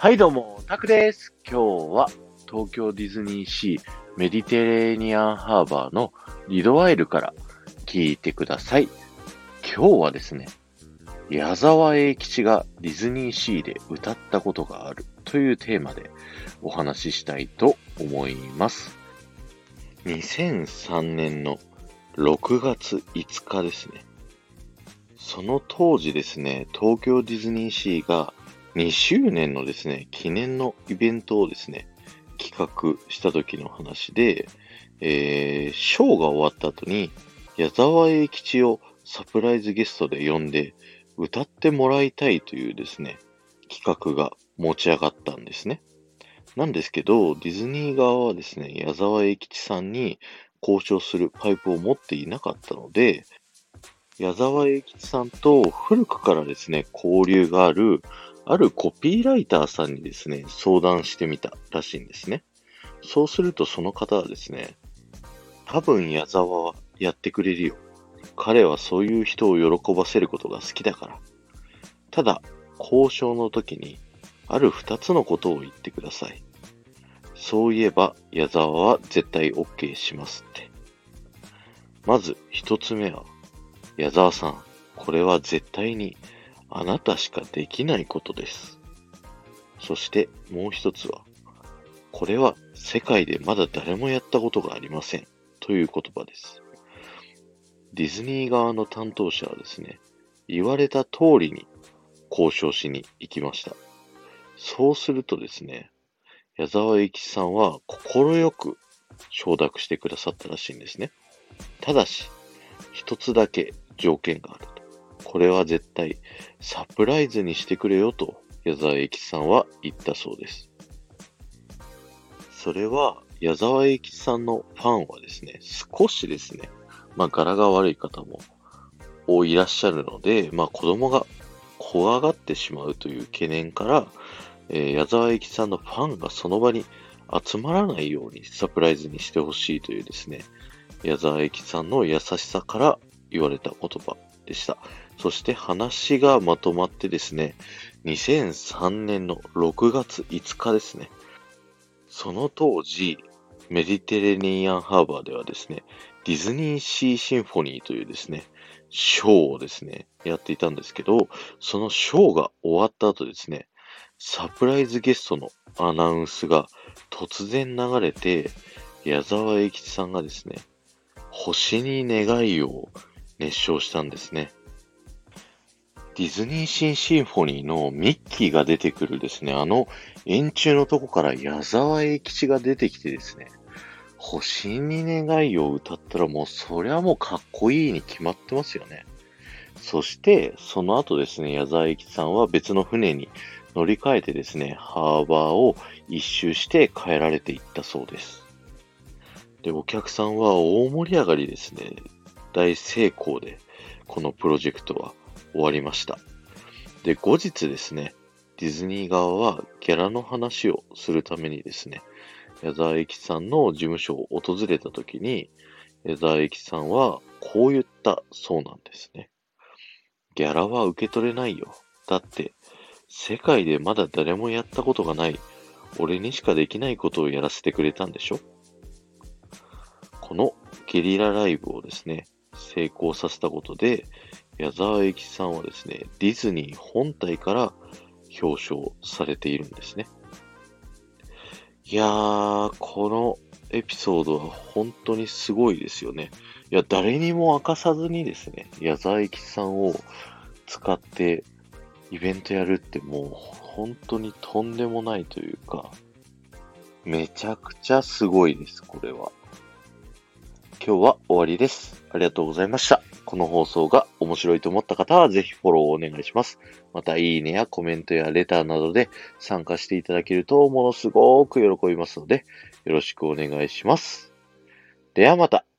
はいどうも、タクです。今日は東京ディズニーシーメディテレーニアンハーバーのリドワイルから聞いてください。今日はですね、矢沢永吉がディズニーシーで歌ったことがあるというテーマでお話ししたいと思います。2003年の6月5日ですね。その当時ですね、東京ディズニーシーが2周年のですね、記念のイベントをですね、企画した時の話で、ショーが終わった後に矢沢永吉をサプライズゲストで呼んで歌ってもらいたいというですね、企画が持ち上がったんですね。なんですけど、ディズニー側はですね、矢沢永吉さんに交渉するパイプを持っていなかったので、矢沢永吉さんと古くからですね、交流がある、あるコピーライターさんにですね、相談してみたらしいんですね。そうするとその方はですね、多分矢沢はやってくれるよ。彼はそういう人を喜ばせることが好きだから。ただ、交渉の時に、ある二つのことを言ってください。そういえば、矢沢は絶対 OK しますって。まず一つ目は、矢沢さん、これは絶対にあなたしかできないことです。そしてもう一つは、これは世界でまだ誰もやったことがありません。という言葉です。ディズニー側の担当者はですね、言われた通りに交渉しに行きました。そうするとですね、矢沢永吉さんは快く承諾してくださったらしいんですね。ただし、一つだけ条件があると。これは絶対サプライズにしてくれよと矢沢永吉さんは言ったそうです。それは矢沢永吉さんのファンはですね、少しですね、柄が悪い方もいらっしゃるので、子供が怖がってしまうという懸念から、矢沢永吉さんのファンがその場に集まらないようにサプライズにしてほしいというですね、矢沢永吉さんの優しさから言われた言葉でした。そして話がまとまってですね、2003年の6月5日ですね。その当時、メディテレニアンハーバーではですね、ディズニーシーシンフォニーというですね、ショーをですね、やっていたんですけど、そのショーが終わった後ですね、サプライズゲストのアナウンスが突然流れて、矢沢永吉さんがですね、星に願いを熱唱したんですね。ディズニーシーシンフォニーのミッキーが出てくるですね、円柱のとこから矢沢永吉が出てきてですね、星に願いを歌ったらもうそりゃもうかっこいいに決まってますよね。そして、その後ですね、矢沢永吉さんは別の船に乗り換えてですね、ハーバーを一周して帰られていったそうです。で、お客さんは大盛り上がりですね、大成功で、このプロジェクトは終わりました。で、後日ですね、ディズニー側はギャラの話をするためにですね、矢沢永吉さんの事務所を訪れた時に、矢沢永吉さんはこう言ったそうなんですね。ギャラは受け取れないよ。だって、世界でまだ誰もやったことがない、俺にしかできないことをやらせてくれたんでしょ。このゲリラライブをですね、成功させたことで、矢沢永吉さんはですね、ディズニー本体から表彰されているんですね。いやー、このエピソードは本当にすごいですよね。いや、誰にも明かさずにですね、矢沢永吉さんを使ってイベントやるってもう本当にとんでもないというか、めちゃくちゃすごいです、これは。今日は終わりです。ありがとうございました。この放送が面白いと思った方はぜひフォローをお願いします。また、いいねやコメントやレターなどで参加していただけるとものすごく喜びますので、よろしくお願いします。ではまた。